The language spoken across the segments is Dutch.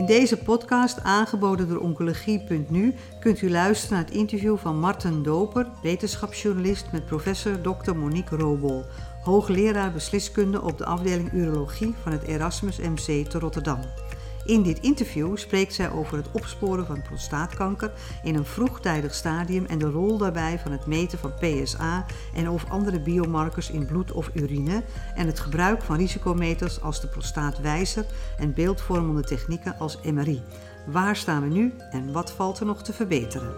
In deze podcast, aangeboden door Oncologie.nu, kunt u luisteren naar het interview van Marten Doper, wetenschapsjournalist met professor Dr. Monique Robol, hoogleraar besliskunde op de afdeling urologie van het Erasmus MC te Rotterdam. In dit interview spreekt zij over het opsporen van prostaatkanker in een vroegtijdig stadium en de rol daarbij van het meten van PSA en of andere biomarkers in bloed of urine en het gebruik van risicometers als de prostaatwijzer en beeldvormende technieken als MRI. Waar staan we nu en wat valt er nog te verbeteren?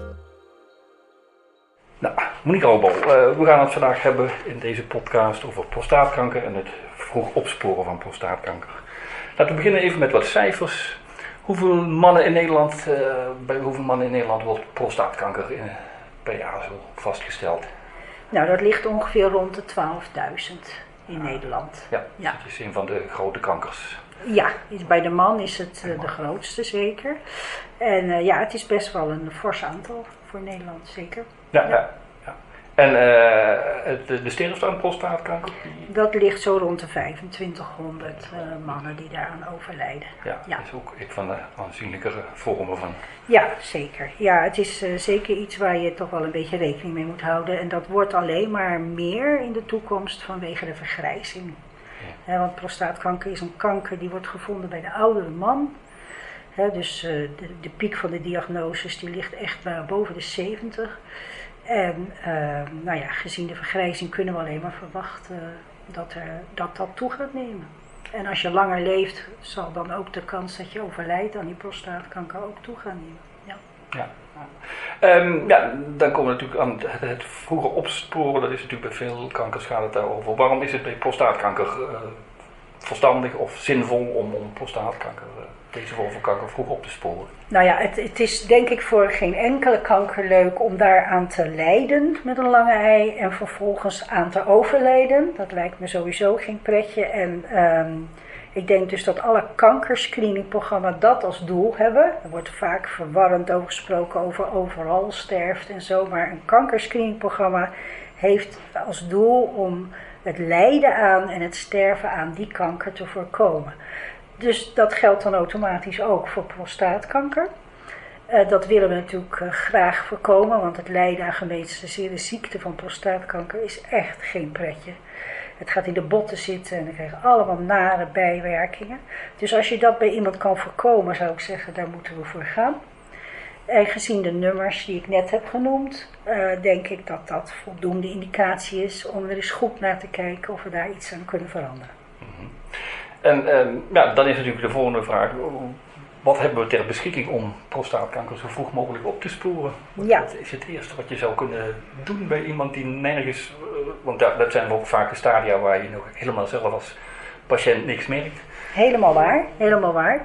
Nou, Monique Robol, we gaan het vandaag hebben in deze podcast over prostaatkanker en het vroeg opsporen van prostaatkanker. Laten we beginnen even met wat cijfers. Bij hoeveel mannen in Nederland wordt prostaatkanker per jaar zo vastgesteld? Nou, dat ligt ongeveer rond de 12.000 in Nederland. Ja, dat is een van de grote kankers. Ja, bij de man is het de grootste zeker. En het is best wel een fors aantal voor Nederland, zeker. Ja. En de sterfte aan prostaatkanker? Dat ligt zo rond de 2500 mannen die daaraan overlijden. Ja, dat is ook een van de aanzienlijkere vormen van. Ja, zeker. Ja, het is zeker iets waar je toch wel een beetje rekening mee moet houden. En dat wordt alleen maar meer in de toekomst vanwege de vergrijzing. Ja. Want prostaatkanker is een kanker die wordt gevonden bij de oudere man. Dus de piek van de diagnoses die ligt echt boven de 70. En gezien de vergrijzing kunnen we alleen maar verwachten dat toe gaat nemen. En als je langer leeft, zal dan ook de kans dat je overlijdt aan die prostaatkanker ook toe gaan nemen. Dan komen we natuurlijk aan het vroege opsporen. Dat is natuurlijk bij veel kankers gaat het daarover. Waarom is het bij prostaatkanker verstandig of zinvol om prostaatkanker, deze vorm van kanker, vroeg op te sporen? Nou ja, het is denk ik voor geen enkele kanker leuk om daaraan te lijden met een lange ei en vervolgens aan te overlijden. Dat lijkt me sowieso geen pretje. En ik denk dus dat alle kankerscreeningprogramma's dat als doel hebben. Er wordt vaak verwarrend over gesproken over overal sterft en zo. Maar een kankerscreeningprogramma heeft als doel om het lijden aan en het sterven aan die kanker te voorkomen. Dus dat geldt dan automatisch ook voor prostaatkanker. Dat willen we natuurlijk graag voorkomen, want het lijden aan gemetastaseerde ziekte van prostaatkanker is echt geen pretje. Het gaat in de botten zitten en dan krijg je allemaal nare bijwerkingen. Dus als je dat bij iemand kan voorkomen, zou ik zeggen, daar moeten we voor gaan. En gezien de nummers die ik net heb genoemd, denk ik dat dat voldoende indicatie is om er eens goed naar te kijken of we daar iets aan kunnen veranderen. En dan is natuurlijk de volgende vraag. Wat hebben we ter beschikking om prostaatkanker zo vroeg mogelijk op te sporen? Wat is het eerste wat je zou kunnen doen bij iemand die nergens... want dat zijn ook vaak stadia waar je nog helemaal zelf als patiënt niks merkt. Helemaal waar.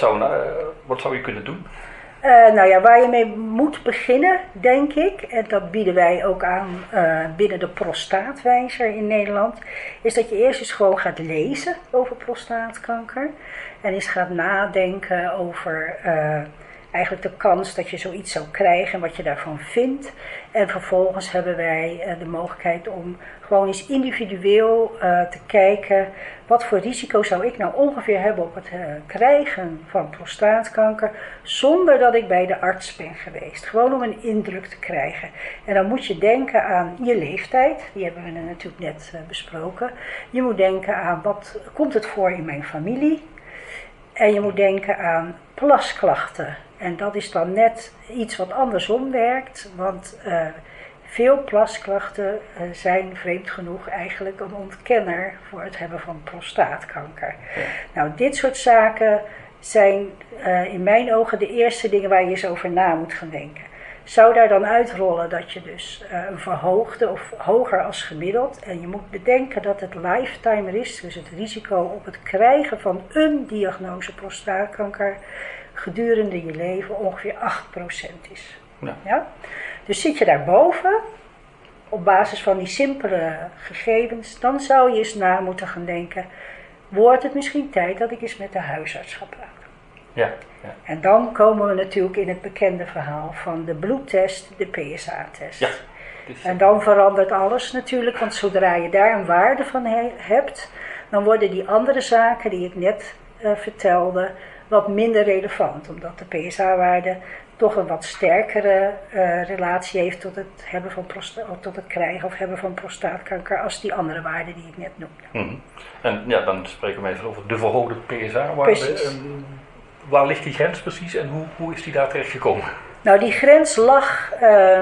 Wat zou je kunnen doen? Waar je mee moet beginnen, denk ik, en dat bieden wij ook aan binnen de prostaatwijzer in Nederland, is dat je eerst eens gewoon gaat lezen over prostaatkanker en eens gaat nadenken over eigenlijk de kans dat je zoiets zou krijgen en wat je daarvan vindt. En vervolgens hebben wij de mogelijkheid om gewoon eens individueel te kijken wat voor risico zou ik nou ongeveer hebben op het krijgen van prostaatkanker zonder dat ik bij de arts ben geweest. Gewoon om een indruk te krijgen. En dan moet je denken aan je leeftijd, die hebben we natuurlijk net besproken. Je moet denken aan wat komt het voor in mijn familie. En je moet denken aan plasklachten. En dat is dan net iets wat andersom werkt, want veel plasklachten zijn vreemd genoeg eigenlijk een ontkenner voor het hebben van prostaatkanker. Ja. Nou, dit soort zaken zijn in mijn ogen de eerste dingen waar je eens over na moet gaan denken. Zou daar dan uitrollen dat je dus een verhoogde of hoger als gemiddeld, en je moet bedenken dat het lifetime risk, dus het risico op het krijgen van een diagnose prostaatkanker, gedurende je leven ongeveer 8% is. Ja? Dus zit je daarboven, op basis van die simpele gegevens, dan zou je eens na moeten gaan denken, wordt het misschien tijd dat ik eens met de huisarts ga praten? Ja. En dan komen we natuurlijk in het bekende verhaal van de bloedtest, de PSA-test. Ja. En dan verandert alles natuurlijk, want zodra je daar een waarde van hebt, dan worden die andere zaken die ik net vertelde wat minder relevant. Omdat de PSA-waarde toch een wat sterkere relatie heeft tot het krijgen of hebben van prostaatkanker als die andere waarden die ik net noemde. Mm-hmm. En ja, dan spreken we even over de verhoogde PSA-waarde. Waar ligt die grens precies en hoe is die daar terecht gekomen? Nou, die grens lag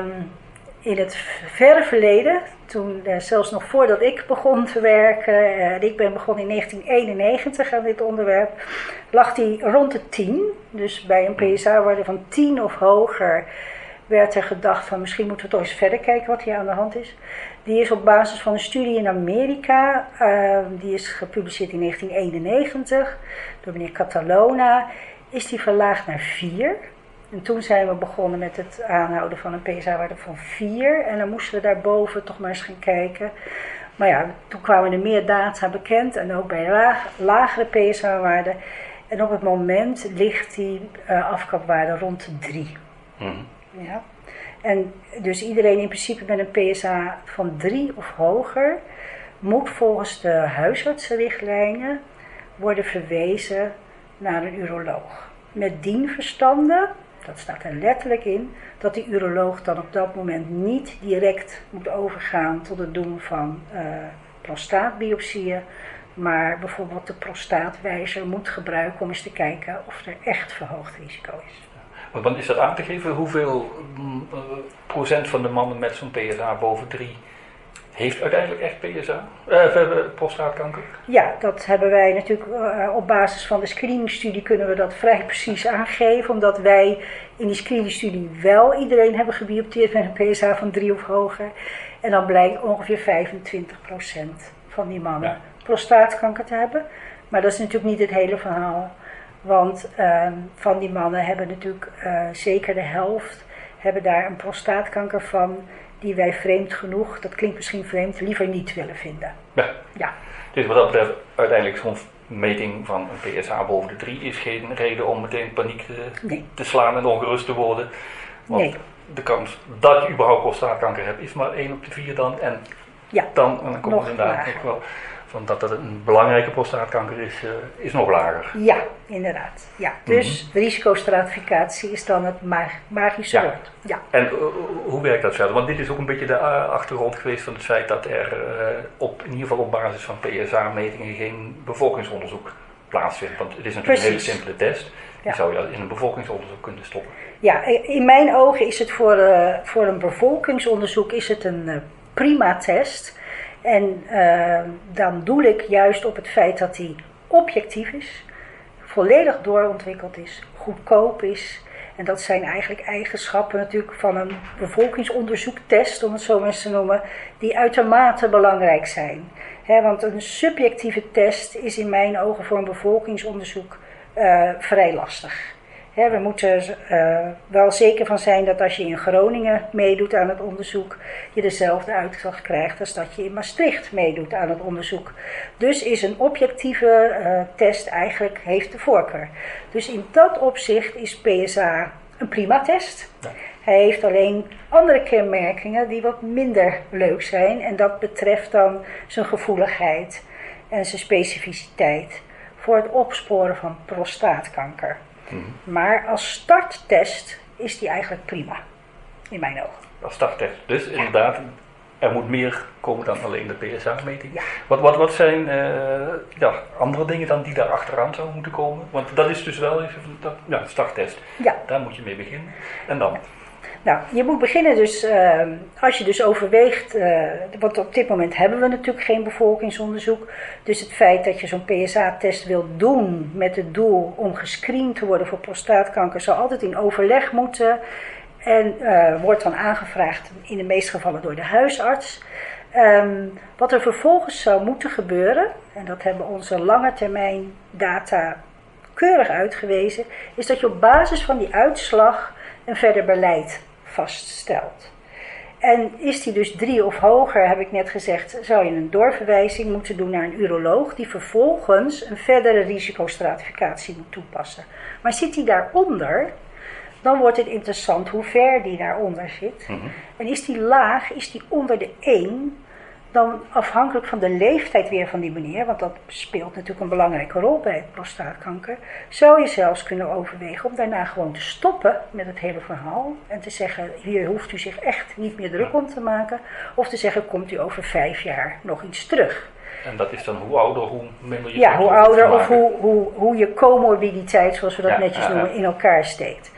in het verre verleden, toen zelfs nog voordat ik begon te werken, ik ben begonnen in 1991 aan dit onderwerp, lag die rond de 10. Dus bij een PSA-waarde van 10 of hoger werd er gedacht van misschien moeten we toch eens verder kijken wat hier aan de hand is. Die is op basis van een studie in Amerika, die is gepubliceerd in 1991 door meneer Catalona, is die verlaagd naar 4. En toen zijn we begonnen met het aanhouden van een PSA-waarde van 4. En dan moesten we daarboven toch maar eens gaan kijken. Maar ja, toen kwamen er meer data bekend en ook bij lagere PSA-waarden. En op het moment ligt die afkapwaarde rond de 3. Mm-hmm. Ja. En dus iedereen in principe met een PSA van 3 of hoger moet volgens de huisartsenrichtlijnen worden verwezen naar een uroloog. Met dien verstande, dat staat er letterlijk in, dat die uroloog dan op dat moment niet direct moet overgaan tot het doen van prostaatbiopsieën, maar bijvoorbeeld de prostaatwijzer moet gebruiken om eens te kijken of er echt verhoogd risico is. Want is dat aan te geven hoeveel procent van de mannen met zo'n PSA boven 3 heeft uiteindelijk echt prostaatkanker? Ja, dat hebben wij natuurlijk op basis van de screeningstudie kunnen we dat vrij precies aangeven. Omdat wij in die screeningstudie wel iedereen hebben gebiopteerd met een PSA van 3 of hoger. En dan blijkt ongeveer 25% van die mannen prostaatkanker te hebben. Maar dat is natuurlijk niet het hele verhaal. Want van die mannen hebben natuurlijk zeker de helft hebben daar een prostaatkanker van die wij vreemd genoeg, dat klinkt misschien vreemd, liever niet willen vinden. Ja. Dus wat dat betreft, uiteindelijk zo'n meting van een PSA boven de 3 is geen reden om meteen paniek te slaan en ongerust te worden. Want de kans dat je überhaupt prostaatkanker hebt is maar 1 op de 4 dan. En dan komt het inderdaad nog wel van dat het een belangrijke prostaatkanker is nog lager. Ja, inderdaad. Ja. Dus risicostratificatie is dan het magische woord. Ja. En hoe werkt dat verder? Want dit is ook een beetje de achtergrond geweest van het feit dat er in ieder geval op basis van PSA-metingen geen bevolkingsonderzoek plaatsvindt. Want het is natuurlijk een hele simpele test. Die zou je in een bevolkingsonderzoek kunnen stoppen. Ja, in mijn ogen is het voor een bevolkingsonderzoek is het een prima test. En dan doel ik juist op het feit dat die objectief is, volledig doorontwikkeld is, goedkoop is. En dat zijn eigenlijk eigenschappen natuurlijk van een bevolkingsonderzoektest, om het zo maar eens te noemen, die uitermate belangrijk zijn. Want een subjectieve test is in mijn ogen voor een bevolkingsonderzoek vrij lastig. We moeten wel zeker van zijn dat als je in Groningen meedoet aan het onderzoek, je dezelfde uitslag krijgt als dat je in Maastricht meedoet aan het onderzoek. Dus is een objectieve test eigenlijk heeft de voorkeur. Dus in dat opzicht is PSA een prima test. Ja. Hij heeft alleen andere kenmerkingen die wat minder leuk zijn. En dat betreft dan zijn gevoeligheid en zijn specificiteit voor het opsporen van prostaatkanker. Mm-hmm. Maar als starttest is die eigenlijk prima, in mijn ogen. Als starttest, dus inderdaad, er moet meer komen dan alleen de PSA-meting. Ja. Wat zijn andere dingen dan die daar achteraan zouden moeten komen? Want dat is dus wel even starttest. Ja. Daar moet je mee beginnen. En dan? Nou, je moet beginnen dus, als je dus overweegt, want op dit moment hebben we natuurlijk geen bevolkingsonderzoek. Dus het feit dat je zo'n PSA-test wilt doen met het doel om gescreend te worden voor prostaatkanker zal altijd in overleg moeten. En wordt dan aangevraagd in de meeste gevallen door de huisarts. Wat er vervolgens zou moeten gebeuren, en dat hebben onze lange termijn data keurig uitgewezen, is dat je op basis van die uitslag een verder beleid vaststelt. En is die dus 3 of hoger, heb ik net gezegd, zou je een doorverwijzing moeten doen naar een uroloog die vervolgens een verdere risicostratificatie moet toepassen. Maar zit die daaronder, dan wordt het interessant hoe ver die daaronder zit. Mm-hmm. En is die laag, is die onder de 1, dan afhankelijk van de leeftijd weer van die meneer, want dat speelt natuurlijk een belangrijke rol bij prostaatkanker, zou je zelfs kunnen overwegen om daarna gewoon te stoppen met het hele verhaal en te zeggen, hier hoeft u zich echt niet meer druk om te maken, of te zeggen, komt u over 5 jaar nog eens terug. En dat is dan hoe ouder, hoe minder je... Ja, hoe ouder of hoe je comorbiditeit, zoals we dat netjes noemen, in elkaar steekt.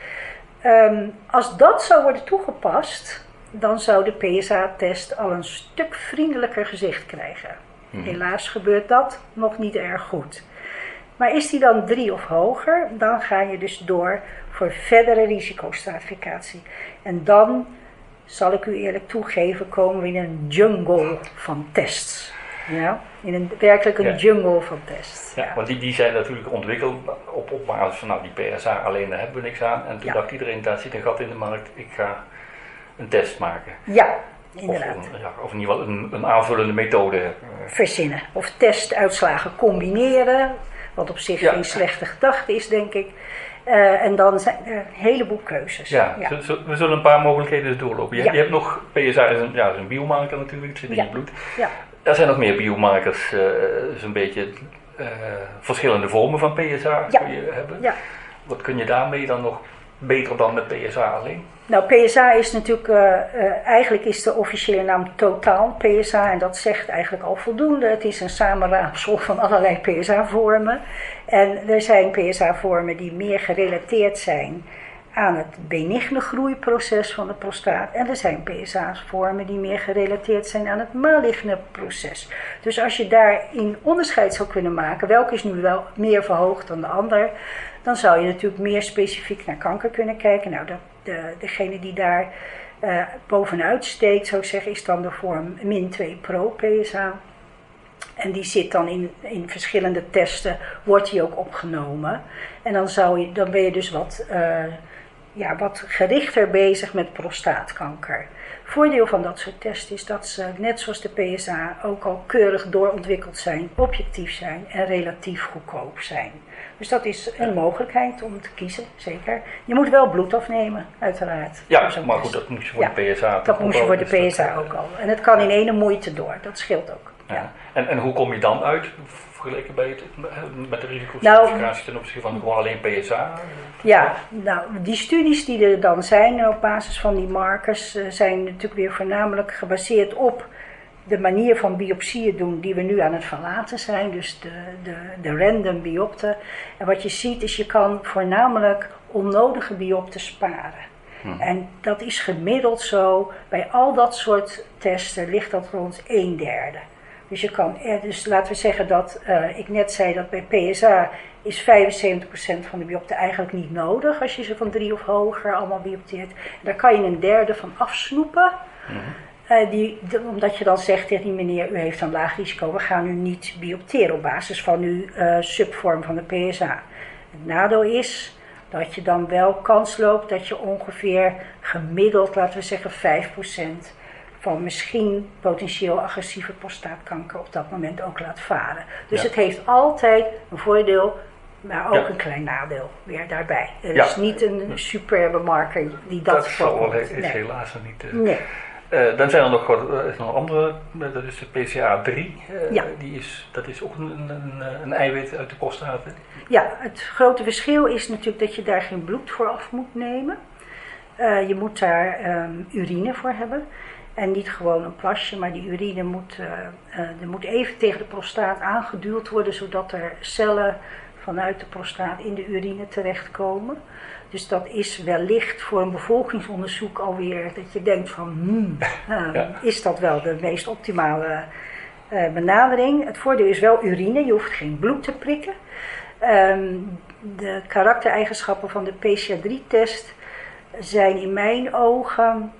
Als dat zou worden toegepast, dan zou de PSA-test al een stuk vriendelijker gezicht krijgen. Helaas gebeurt dat nog niet erg goed. Maar is die dan 3 of hoger, dan ga je dus door voor verdere risicostratificatie. En dan, zal ik u eerlijk toegeven, komen we in een jungle van tests. Ja, werkelijk een jungle van tests. Ja, want die zijn natuurlijk ontwikkeld op basis van die PSA, alleen daar hebben we niks aan. En toen dacht iedereen, daar zit een gat in de markt, ik ga een test maken. Ja, inderdaad. Of in ieder geval een aanvullende methode. Verzinnen. Of testuitslagen combineren, wat op zich geen slechte gedachte is, denk ik. En dan zijn er een heleboel keuzes. Ja. We zullen een paar mogelijkheden doorlopen. Je hebt nog, PSA is een biomarker natuurlijk, het zit in je bloed. Ja. Er zijn nog meer biomarkers, zo'n beetje verschillende vormen van PSA kun je hebben. Ja. Wat kun je daarmee dan nog beter dan met PSA alleen? Nou, PSA is natuurlijk, eigenlijk is de officiële naam totaal PSA en dat zegt eigenlijk al voldoende. Het is een samenraapsel van allerlei PSA-vormen. En er zijn PSA-vormen die meer gerelateerd zijn aan het benigne groeiproces van de prostaat. En er zijn PSA-vormen die meer gerelateerd zijn aan het maligne proces. Dus als je daarin onderscheid zou kunnen maken, welke is nu wel meer verhoogd dan de ander, dan zou je natuurlijk meer specifiek naar kanker kunnen kijken. Nou, degene die daar bovenuit steekt, zou ik zeggen, is dan de vorm -2 PSA. En die zit dan in verschillende testen, wordt die ook opgenomen. En dan ben je dus wat gerichter bezig met prostaatkanker. Voordeel van dat soort testen is dat ze, net zoals de PSA, ook al keurig doorontwikkeld zijn, objectief zijn en relatief goedkoop zijn. Dus dat is een mogelijkheid om te kiezen, zeker. Je moet wel bloed afnemen, uiteraard. Ja, maar goed, dat moest je voor de PSA dat moest je voor de PSA ook al. En het kan in ene moeite door, dat scheelt ook. Ja. En hoe kom je dan uit, vergeleken bij met de risicocertificatie ten opzichte van gewoon alleen PSA? Ja, nou, die studies die er dan zijn op basis van die markers zijn natuurlijk weer voornamelijk gebaseerd op de manier van biopsieën doen die we nu aan het verlaten zijn, dus de random biopten. En wat je ziet is, je kan voornamelijk onnodige biopten sparen. En dat is gemiddeld zo, bij al dat soort testen ligt dat rond 1/3. Dus je kan, dus laten we zeggen dat, ik net zei dat bij PSA is 75% van de biopten eigenlijk niet nodig als je ze van 3 of hoger allemaal biopteert. Daar kan je 1/3 van afsnoepen. Omdat je dan zegt tegen die meneer, u heeft een laag risico, we gaan u niet biopteren op basis van uw subvorm van de PSA. Het nadeel is dat je dan wel kans loopt dat je ongeveer gemiddeld, laten we zeggen 5% van misschien potentieel agressieve prostaatkanker op dat moment ook laat varen. Dus het heeft altijd een voordeel, maar ook een klein nadeel weer daarbij. Er is niet een superbe marker die dat voorkomt. Dat is helaas nog niet. Nee. Dan zijn er nog een andere, dat is de PCA3. Dat is ook een eiwit uit de prostaat. Ja, het grote verschil is natuurlijk dat je daar geen bloed voor af moet nemen. Je moet daar urine voor hebben. En niet gewoon een plasje, maar die urine moet even tegen de prostaat aangeduwd worden, zodat er cellen vanuit de prostaat in de urine terechtkomen. Dus dat is wellicht voor een bevolkingsonderzoek alweer dat je denkt van, is dat wel de meest optimale benadering? Het voordeel is wel urine, je hoeft geen bloed te prikken. De karaktereigenschappen van de PCA3-test zijn in mijn ogen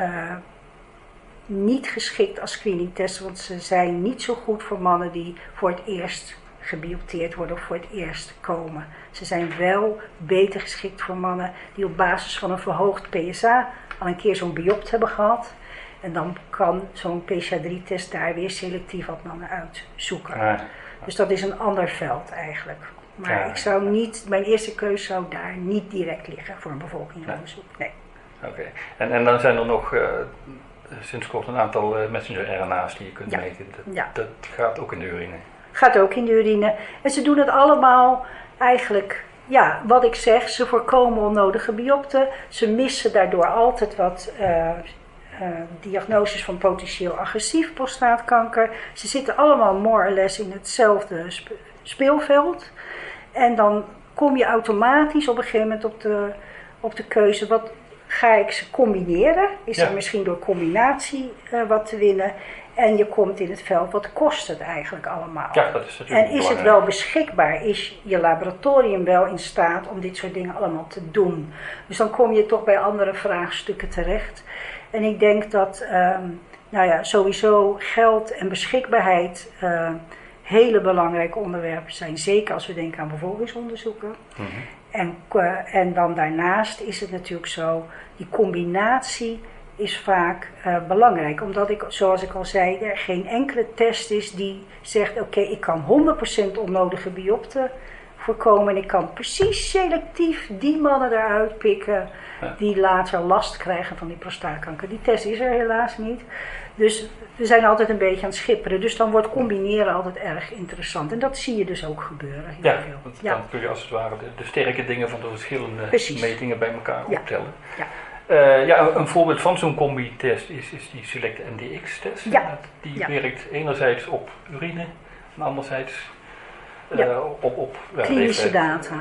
niet geschikt als screeningtest, want ze zijn niet zo goed voor mannen die voor het eerst gebiopteerd worden of voor het eerst komen. Ze zijn wel beter geschikt voor mannen die op basis van een verhoogd PSA al een keer zo'n biopt hebben gehad. En dan kan zo'n PSA3-test daar weer selectief wat mannen uitzoeken. Dus dat is een ander veld eigenlijk. Maar ik zou niet, mijn eerste keus zou daar niet direct liggen voor een bevolkingsonderzoek. Nee. Oké. En dan zijn er nog sinds kort een aantal messenger-RNA's die je kunt meten. Dat gaat ook in de urine. Gaat ook in de urine. En ze doen het allemaal eigenlijk, wat ik zeg, ze voorkomen onnodige biopten. Ze missen daardoor altijd wat diagnoses van potentieel agressief prostaatkanker. Ze zitten allemaal more or less in hetzelfde speelveld. En dan kom je automatisch op een gegeven moment op de keuze, wat ga ik ze combineren? Is er misschien door combinatie wat te winnen? En je komt in het veld, wat kost het eigenlijk allemaal? Ja, dat is natuurlijk en is het wel beschikbaar? Is je laboratorium wel in staat om dit soort dingen allemaal te doen? Dus dan kom je toch bij andere vraagstukken terecht. En ik denk dat sowieso geld en beschikbaarheid hele belangrijke onderwerpen zijn. Zeker als we denken aan bevolkingsonderzoeken. En dan daarnaast is het natuurlijk zo, die combinatie is vaak belangrijk. Omdat zoals ik al zei, er geen enkele test is die zegt, oké, ik kan 100% onnodige biopten voorkomen. En ik kan precies selectief die mannen eruit pikken die later last krijgen van die prostaatkanker. Die test is er helaas niet. Dus we zijn altijd een beetje aan het schipperen. Dus dan wordt combineren altijd erg interessant. En dat zie je dus ook gebeuren. Dan kun je als het ware de sterke dingen van de verschillende metingen bij elkaar optellen. Een voorbeeld van zo'n combi-test is die Select NDX-test. Die werkt enerzijds op urine en anderzijds op klinische data.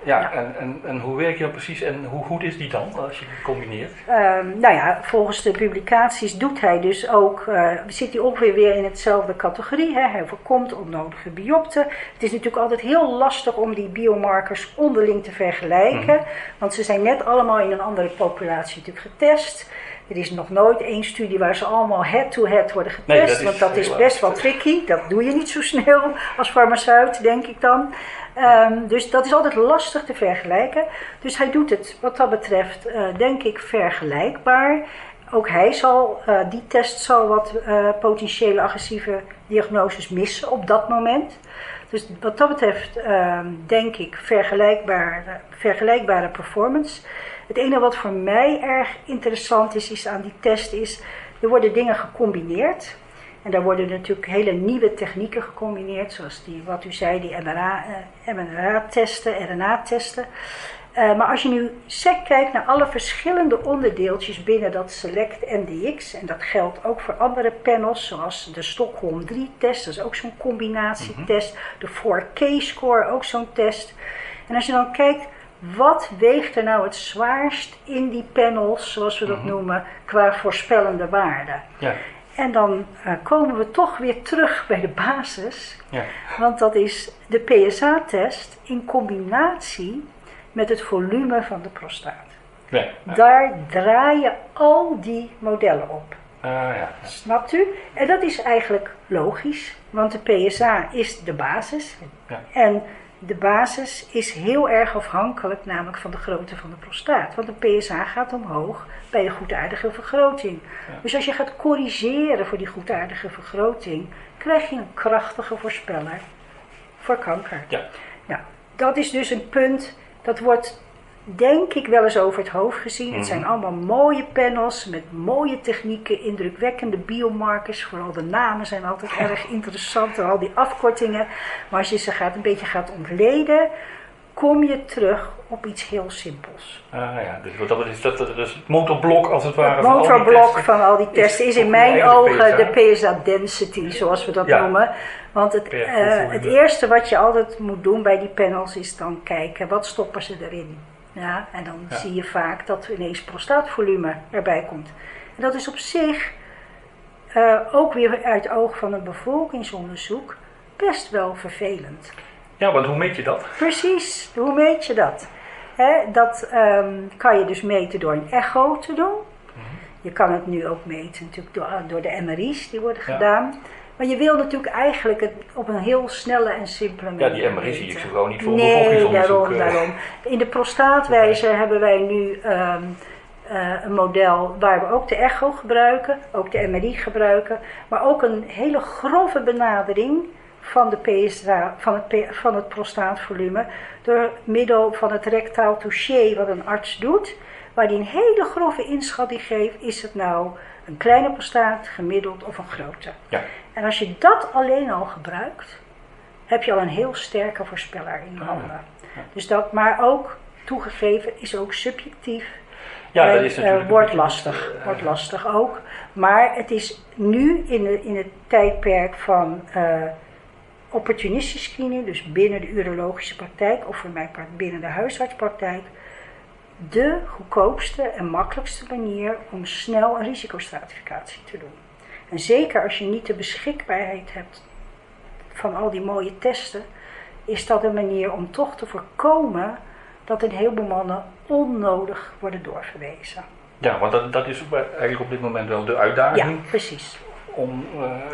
En hoe werk je dan precies en hoe goed is die dan als je die combineert? Volgens de publicaties doet hij dus ook, zit hij ongeveer weer in hetzelfde categorie. Hij voorkomt onnodige biopten. Het is natuurlijk altijd heel lastig om die biomarkers onderling te vergelijken. Want ze zijn net allemaal in een andere populatie natuurlijk getest. Er is nog nooit één studie waar ze allemaal head-to-head worden getest. Want dat is best wel tricky. Dat doe je niet zo snel als farmaceut, denk ik dan. Dus dat is altijd lastig te vergelijken. Dus hij doet het wat dat betreft, denk ik, vergelijkbaar. Ook hij die test zal wat potentiële agressieve diagnoses missen op dat moment. Dus wat dat betreft, denk ik, vergelijkbare performance. Het ene wat voor mij erg interessant is aan die test is, er worden dingen gecombineerd. En daar worden natuurlijk hele nieuwe technieken gecombineerd, zoals wat u zei, die mRNA-testen, RNA-testen. Maar als je nu kijkt naar alle verschillende onderdeeltjes binnen dat Select NDX, en dat geldt ook voor andere panels, zoals de Stockholm 3-test, dat is ook zo'n combinatietest, de 4K-score, ook zo'n test. En als je dan kijkt, wat weegt er nou het zwaarst in die panels, zoals we dat noemen, qua voorspellende waarden? Ja. En dan komen we toch weer terug bij de basis. Ja. Want dat is de PSA-test in combinatie met het volume van de prostaat. Ja. Daar draaien al die modellen op. Snapt u? En dat is eigenlijk logisch, want de PSA is de basis. Ja. En de basis is heel erg afhankelijk namelijk van de grootte van de prostaat. Want de PSA gaat omhoog bij de goedaardige vergroting. Ja. Dus als je gaat corrigeren voor die goedaardige vergroting, krijg je een krachtige voorspeller voor kanker. Ja. Nou, dat is dus een punt, dat wordt denk ik wel eens over het hoofd gezien. Het zijn allemaal mooie panels met mooie technieken, indrukwekkende biomarkers. Vooral de namen zijn altijd erg interessant, al die afkortingen. Maar als je ze een beetje gaat ontleden, kom je terug op iets heel simpels. Dus dat is het motorblok als het ware. Het motorblok van al die testen is in mijn ogen de PSA density, zoals we dat noemen. Want het eerste wat je altijd moet doen bij die panels is dan kijken, wat stoppen ze erin? Ja, en dan zie je vaak dat ineens prostaatvolume erbij komt. En dat is op zich, ook weer uit het oog van een bevolkingsonderzoek, best wel vervelend. Ja, want hoe meet je dat? Precies, hoe meet je dat? Dat kan je dus meten door een echo te doen. Je kan het nu ook meten natuurlijk door de MRI's die worden gedaan. Maar je wil natuurlijk eigenlijk het op een heel snelle en simpele manier. Ja, die MRI zie ik zo gewoon niet voor bevolkingsonderzoek. Daarom. In de prostaatwijzer hebben wij nu een model waar we ook de echo gebruiken, ook de MRI gebruiken, maar ook een hele grove benadering van de PSA, van het prostaatvolume, door middel van het rectaal touché wat een arts doet, waar hij een hele grove inschatting geeft, is het nou een kleine prostaat, gemiddeld of een grote. Ja. En als je dat alleen al gebruikt, heb je al een heel sterke voorspeller in handen. Ja. Dus dat, maar ook toegegeven, is ook subjectief. Ja, dat is natuurlijk wordt lastig ook. Maar het is nu in het tijdperk van opportunistisch screening, dus binnen de urologische praktijk, of voor mijn part binnen de huisartspraktijk, de goedkoopste en makkelijkste manier om snel een risicostratificatie te doen. En zeker als je niet de beschikbaarheid hebt van al die mooie testen, is dat een manier om toch te voorkomen dat een heleboel mannen onnodig worden doorverwezen. Ja, want dat is eigenlijk op dit moment wel de uitdaging. Ja, precies. Om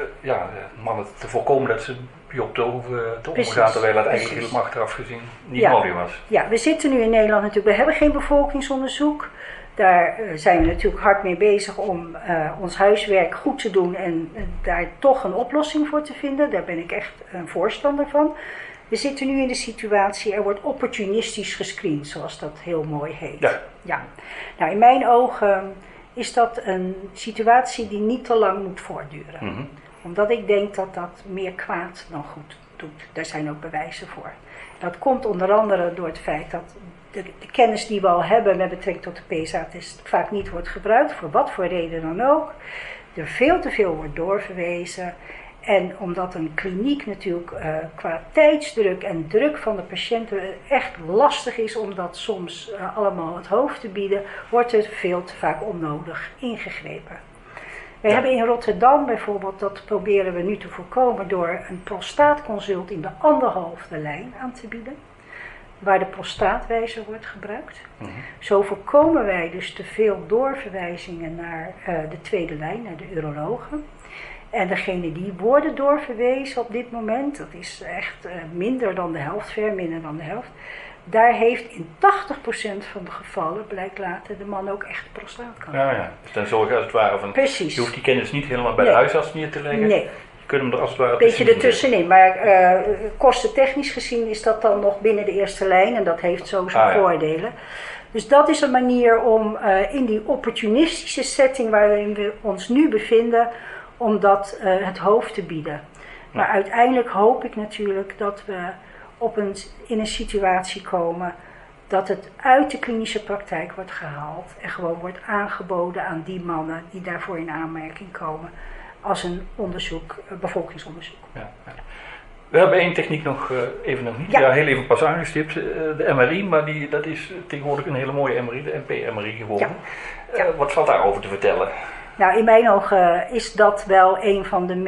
mannen te voorkomen dat ze biopten hoeven te omgaan, terwijl dat eigenlijk helemaal achteraf gezien niet nodig was. Ja, we zitten nu in Nederland natuurlijk, we hebben geen bevolkingsonderzoek. Daar zijn we natuurlijk hard mee bezig om ons huiswerk goed te doen en daar toch een oplossing voor te vinden. Daar ben ik echt een voorstander van. We zitten nu in de situatie, er wordt opportunistisch gescreend, zoals dat heel mooi heet. Ja. Nou, in mijn ogen is dat een situatie die niet te lang moet voortduren. Mm-hmm. Omdat ik denk dat dat meer kwaad dan goed doet. Daar zijn ook bewijzen voor. Dat komt onder andere door het feit dat de kennis die we al hebben met betrekking tot de PSA-test vaak niet wordt gebruikt, voor wat voor reden dan ook. Er veel te veel wordt doorverwezen. En omdat een kliniek natuurlijk qua tijdsdruk en druk van de patiënten echt lastig is om dat soms allemaal het hoofd te bieden, wordt er veel te vaak onnodig ingegrepen. Wij hebben in Rotterdam bijvoorbeeld, dat proberen we nu te voorkomen door een prostaatconsult in de 1,5e lijn aan te bieden, waar de prostaatwijzer wordt gebruikt. Mm-hmm. Zo voorkomen wij dus te veel doorverwijzingen naar de tweede lijn, naar de urologen. En degene die worden doorverwezen op dit moment, dat is echt minder dan de helft, ver minder dan de helft. Daar heeft in 80% van de gevallen, blijkt later, de man ook echt prostaatkanker. Ja. Dus dan zorg je als het ware van, precies. Je hoeft die kennis niet helemaal bij de huisarts neer te leggen. Nee. Je kunt hem er als het ware een beetje ertussenin, maar kostentechnisch gezien is dat dan nog binnen de eerste lijn en dat heeft zo zijn voordelen. Dus dat is een manier om in die opportunistische setting waarin we ons nu bevinden, om dat het hoofd te bieden. Maar uiteindelijk hoop ik natuurlijk dat we in een situatie komen dat het uit de klinische praktijk wordt gehaald en gewoon wordt aangeboden aan die mannen die daarvoor in aanmerking komen als een bevolkingsonderzoek. Ja. We hebben één techniek nog niet. Ja, heel even pas aangestipt. De MRI, maar dat is tegenwoordig een hele mooie MRI, de MP-MRI geworden. Ja. Wat valt daarover te vertellen? Nou, in mijn ogen is dat wel een van de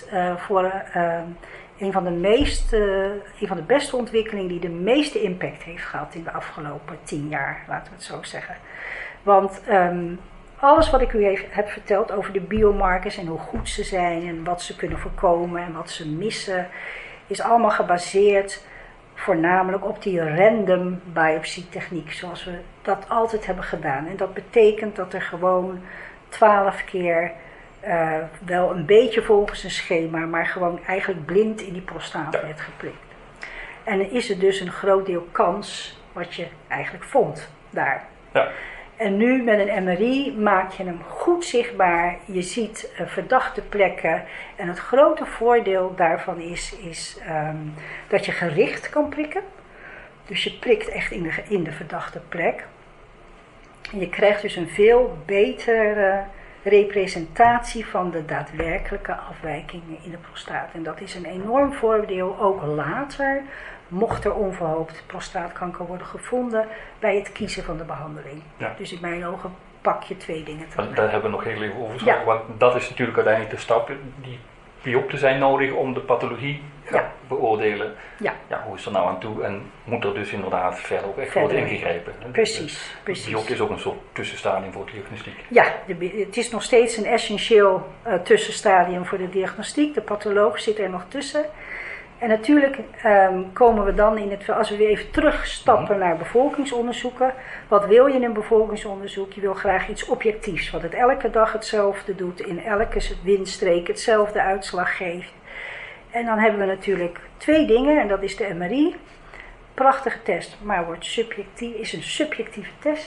beste ontwikkelingen die de meeste impact heeft gehad in de afgelopen 10 jaar, laten we het zo zeggen. Want alles wat ik u heb verteld over de biomarkers en hoe goed ze zijn en wat ze kunnen voorkomen en wat ze missen, is allemaal gebaseerd voornamelijk op die random biopsietechniek, zoals we dat altijd hebben gedaan. En dat betekent dat er gewoon 12 keer wel een beetje volgens een schema, maar gewoon eigenlijk blind in die prostaat werd geprikt. En dan is er dus een groot deel kans wat je eigenlijk vond daar. Ja. En nu met een MRI maak je hem goed zichtbaar. Je ziet verdachte plekken. En het grote voordeel daarvan is dat je gericht kan prikken. Dus je prikt echt in de verdachte plek. En je krijgt dus een veel betere representatie van de daadwerkelijke afwijkingen in de prostaat. En dat is een enorm voordeel ook later, mocht er onverhoopt prostaatkanker worden gevonden bij het kiezen van de behandeling. Ja. Dus in mijn ogen pak je 2 dingen tegelijk. Daar hebben we nog heel even over gesproken, want dat is natuurlijk uiteindelijk de stap. Die biopten zijn nodig om de pathologie te beoordelen. Ja. Ja, hoe is er nou aan toe en moet er dus inderdaad verder ook echt worden ingegrepen. Precies. Biopte is ook een soort tussenstadium voor de diagnostiek. Ja, het is nog steeds een essentieel tussenstadium voor de diagnostiek. De patholoog zit er nog tussen. En natuurlijk komen we dan als we weer even terugstappen naar bevolkingsonderzoeken. Wat wil je in een bevolkingsonderzoek? Je wil graag iets objectiefs, wat het elke dag hetzelfde doet, in elke windstreek hetzelfde uitslag geeft. En dan hebben we natuurlijk 2 dingen, en dat is de MRI. Prachtige test, maar is een subjectieve test.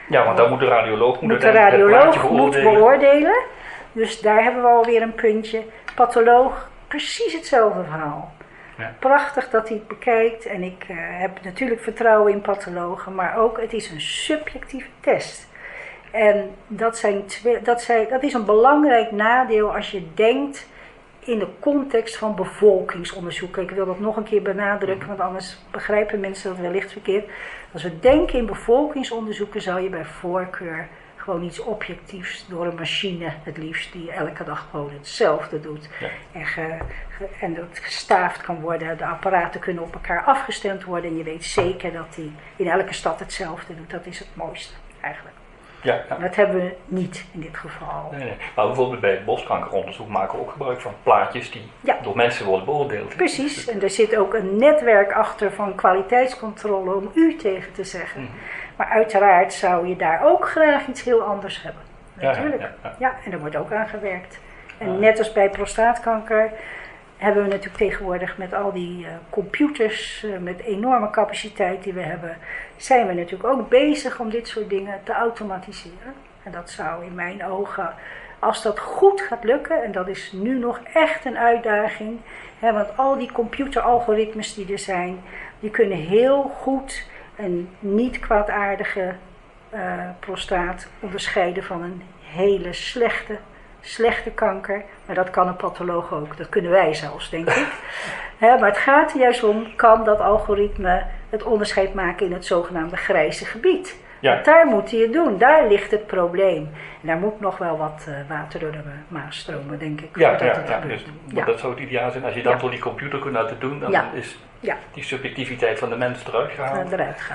Ja, want dan moet de radioloog moet beoordelen. Dus daar hebben we alweer een puntje. Patholoog, precies hetzelfde verhaal. Ja. Prachtig dat hij het bekijkt. En ik heb natuurlijk vertrouwen in pathologen. Maar ook, het is een subjectieve test. En dat is een belangrijk nadeel als je denkt in de context van bevolkingsonderzoeken. Ik wil dat nog een keer benadrukken, want anders begrijpen mensen dat wellicht verkeerd. Als we denken in bevolkingsonderzoeken, zou je bij voorkeur gewoon iets objectiefs door een machine, het liefst, die elke dag gewoon hetzelfde doet. Ja. En dat gestaafd kan worden, de apparaten kunnen op elkaar afgestemd worden en je weet zeker dat die in elke stad hetzelfde doet. Dat is het mooiste eigenlijk. Ja. Dat hebben we niet in dit geval. Nee. Maar bijvoorbeeld bij het borstkankeronderzoek maken we ook gebruik van plaatjes die door mensen worden beoordeeld. Precies, en er zit ook een netwerk achter van kwaliteitscontrole om u tegen te zeggen. Mm-hmm. Maar uiteraard zou je daar ook graag iets heel anders hebben. Natuurlijk. Ja, en daar wordt ook aan gewerkt. En net als bij prostaatkanker hebben we natuurlijk tegenwoordig met al die computers, met enorme capaciteit die we hebben, zijn we natuurlijk ook bezig om dit soort dingen te automatiseren. En dat zou in mijn ogen, als dat goed gaat lukken, en dat is nu nog echt een uitdaging, want al die computeralgoritmes die er zijn, die kunnen heel goed een niet kwaadaardige prostaat onderscheiden van een hele slechte kanker, maar dat kan een patholoog ook. Dat kunnen wij zelfs, denk ik. Maar het gaat er juist om, kan dat algoritme het onderscheid maken in het zogenaamde grijze gebied. Ja. Want daar moet hij het doen, daar ligt het probleem. En daar moet nog wel wat water door de Maas stromen, denk ik. Dus dat zou het ideaal zijn. Als je dat door die computer kunt laten doen, dan is die subjectiviteit van de mens eruit gehaald.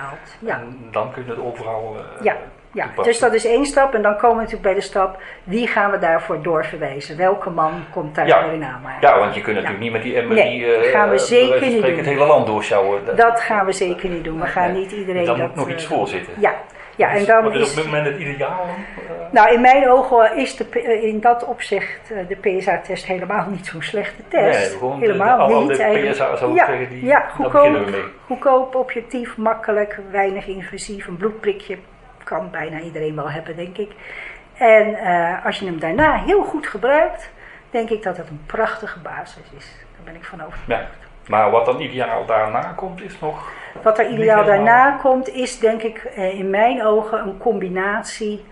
En dan kun je het overal Ja, dus dat is één stap en dan komen we natuurlijk bij de stap, wie gaan we daarvoor doorverwijzen? Welke man komt daar weer in aanmerking? Ja, want je kunt natuurlijk niet met die MRI gaan we zeker niet doen. Het hele land doorsjouwen. Dat gaan we zeker niet doen. We gaan niet iedereen dan moet nog iets voor zitten. Ja, en dan wat is op dit moment het ideaal? Nou, in mijn ogen is in dat opzicht de PSA-test helemaal niet zo'n slechte test. Nee, helemaal niet. De PSA zou ik zeggen, goedkoop, objectief, makkelijk, weinig invasief, een bloedprikje. Kan bijna iedereen wel hebben, denk ik. En als je hem daarna heel goed gebruikt, denk ik dat het een prachtige basis is. Daar ben ik van overtuigd. Ja, maar wat dan ideaal daarna komt, is nog... Wat er ideaal daarna komt, is denk ik in mijn ogen een combinatie,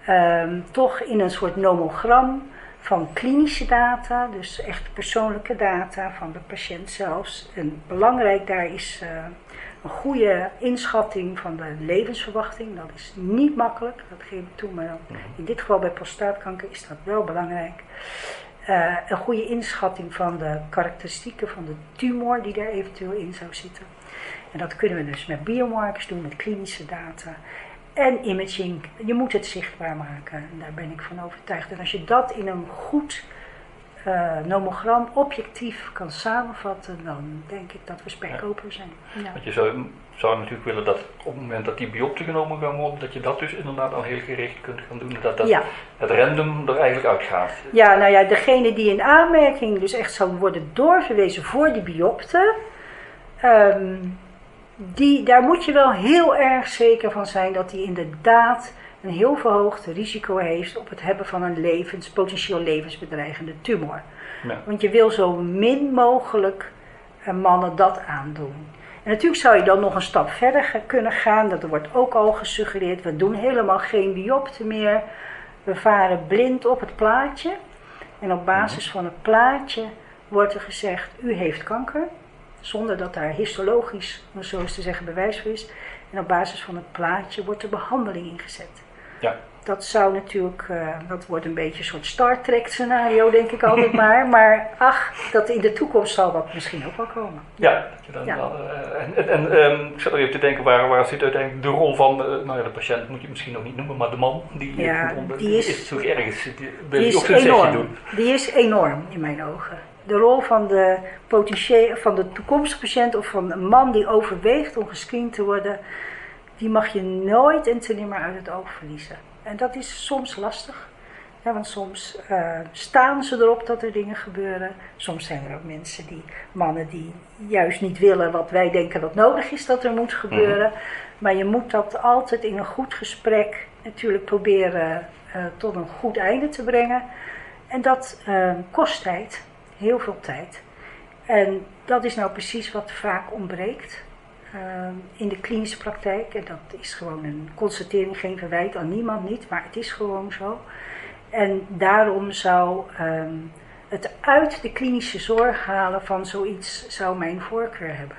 toch in een soort nomogram van klinische data, dus echt persoonlijke data van de patiënt zelfs. En belangrijk daar is een goede inschatting van de levensverwachting. Dat is niet makkelijk, dat geef ik toe, maar in dit geval bij prostaatkanker is dat wel belangrijk. Een goede inschatting van de karakteristieken van de tumor die er eventueel in zou zitten. En dat kunnen we dus met biomarkers doen, met klinische data. En imaging, je moet het zichtbaar maken. En daar ben ik van overtuigd. En als je dat in een goed nomogram objectief kan samenvatten, dan denk ik dat we spekkoper zijn. Ja. Want je zou natuurlijk willen dat op het moment dat die biopsie genomen kan worden, dat je dat dus inderdaad al heel gericht kunt gaan doen. Dat het random er eigenlijk uitgaat. Ja, nou ja, degene die in aanmerking dus echt zou worden doorverwezen voor die biopte, daar moet je wel heel erg zeker van zijn dat die inderdaad een heel verhoogd risico heeft op het hebben van een potentieel levensbedreigende tumor. Ja. Want je wil zo min mogelijk mannen dat aandoen. En natuurlijk zou je dan nog een stap verder kunnen gaan. Dat wordt ook al gesuggereerd. We doen helemaal geen biopte meer. We varen blind op het plaatje. En op basis van het plaatje wordt er gezegd, u heeft kanker. Zonder dat daar histologisch, om zo eens te zeggen, bewijs voor is. En op basis van het plaatje wordt er behandeling ingezet. Ja. Dat zou natuurlijk, dat wordt een beetje een soort Star Trek scenario, denk ik altijd maar. Maar dat in de toekomst zal dat misschien ook wel komen. Ja, ik zat even te denken, waar zit uiteindelijk de rol van, de patiënt moet je misschien nog niet noemen, maar de man, die is natuurlijk ergens, die ook zijn sessie doen. Die is enorm in mijn ogen. De rol van de toekomstige patiënt of van een man die overweegt om gescreend te worden, die mag je nooit en te nimmer uit het oog verliezen. En dat is soms lastig. Ja, want soms staan ze erop dat er dingen gebeuren. Soms zijn er ook mannen die juist niet willen wat wij denken dat nodig is dat er moet gebeuren. Maar je moet dat altijd in een goed gesprek natuurlijk proberen tot een goed einde te brengen. En dat kost tijd, heel veel tijd. En dat is nou precies wat vaak ontbreekt in de klinische praktijk. En dat is gewoon een constatering, geen verwijt aan niemand niet, maar het is gewoon zo. En daarom zou het uit de klinische zorg halen van zoiets zou mijn voorkeur hebben.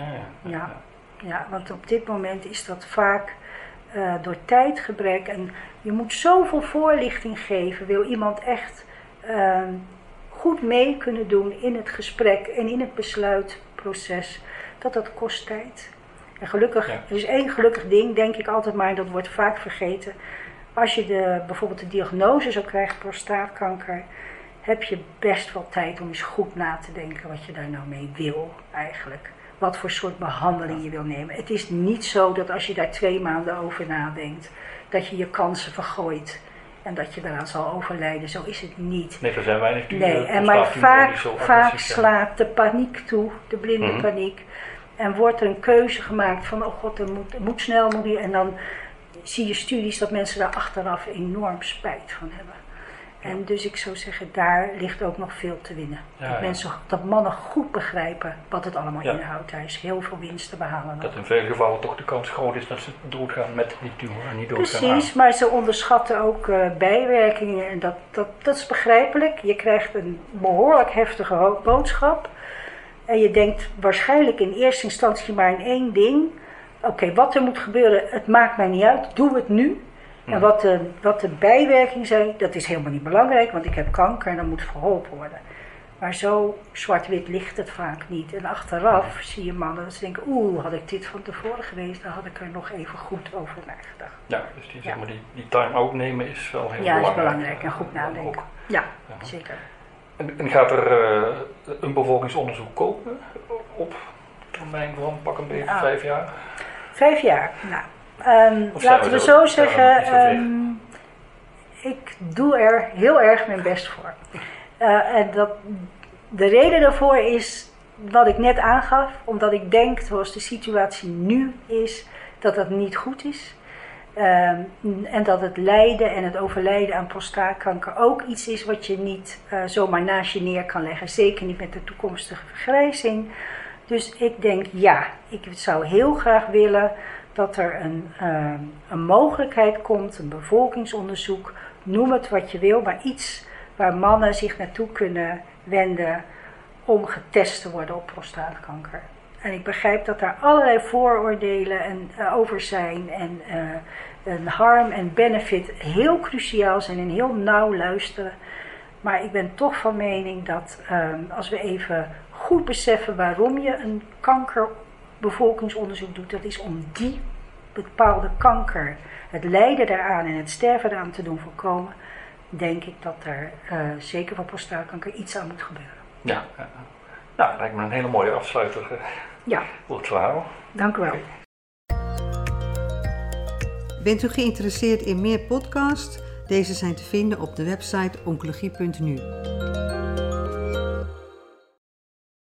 Ja, want op dit moment is dat vaak door tijdgebrek. En je moet zoveel voorlichting geven, wil iemand echt goed mee kunnen doen in het gesprek en in het besluitproces, dat kost tijd. En gelukkig, er is één gelukkig ding, denk ik altijd maar, en dat wordt vaak vergeten. Als je bijvoorbeeld de diagnose zou krijgen, prostaatkanker, heb je best wel tijd om eens goed na te denken wat je daar nou mee wil eigenlijk. Wat voor soort behandeling je wil nemen. Het is niet zo dat als je daar 2 maanden over nadenkt, dat je je kansen vergooit en dat je daaraan zal overlijden. Zo is het niet. Nee, er zijn weinig maar vaak slaat de paniek toe, de blinde paniek. En wordt er een keuze gemaakt van, oh god, er moet snel. En dan zie je studies dat mensen daar achteraf enorm spijt van hebben. En dus ik zou zeggen, daar ligt ook nog veel te winnen. Dat mannen goed begrijpen wat het allemaal inhoudt. Daar is heel veel winst te behalen. Dat in vele gevallen toch de kans groot is dat ze doodgaan met die tumor en niet doodgaan. Precies, maar ze onderschatten ook bijwerkingen. En dat is begrijpelijk. Je krijgt een behoorlijk heftige boodschap. En je denkt waarschijnlijk in eerste instantie maar in één ding. Oké, wat er moet gebeuren, het maakt mij niet uit. Doe het nu. En wat de bijwerkingen zijn, dat is helemaal niet belangrijk, want ik heb kanker en dat moet verholpen worden. Maar zo zwart-wit ligt het vaak niet. En achteraf zie je mannen dat ze denken, had ik dit van tevoren geweest, dan had ik er nog even goed over nagedacht. Ja, dus die time-out nemen is wel heel belangrijk. Ja, is belangrijk en goed nadenken. Ja, zeker. En gaat er een bevolkingsonderzoek komen op termijn van pak een beetje 5 jaar? 5 jaar, nou. Laten we zo zeggen, ik doe er heel erg mijn best voor. En de reden daarvoor is wat ik net aangaf, omdat ik denk, zoals de situatie nu is, dat dat niet goed is. En dat het lijden en het overlijden aan prostaatkanker ook iets is wat je niet zomaar naast je neer kan leggen. Zeker niet met de toekomstige vergrijzing. Dus ik denk, ik zou heel graag willen dat er een mogelijkheid komt, een bevolkingsonderzoek, noem het wat je wil, maar iets waar mannen zich naartoe kunnen wenden om getest te worden op prostaatkanker. En ik begrijp dat daar allerlei vooroordelen over zijn en een harm en benefit heel cruciaal zijn en heel nauw luisteren. Maar ik ben toch van mening dat als we even goed beseffen waarom je een kankerbevolkingsonderzoek doet, dat is om die bepaalde kanker, het lijden daaraan en het sterven daaraan te doen voorkomen, denk ik dat er zeker voor prostaatkanker iets aan moet gebeuren. Ja. Nou, dat lijkt me een hele mooie afsluiter voor het verhaal. Dank u wel. Bent u geïnteresseerd in meer podcasts? Deze zijn te vinden op de website oncologie.nu.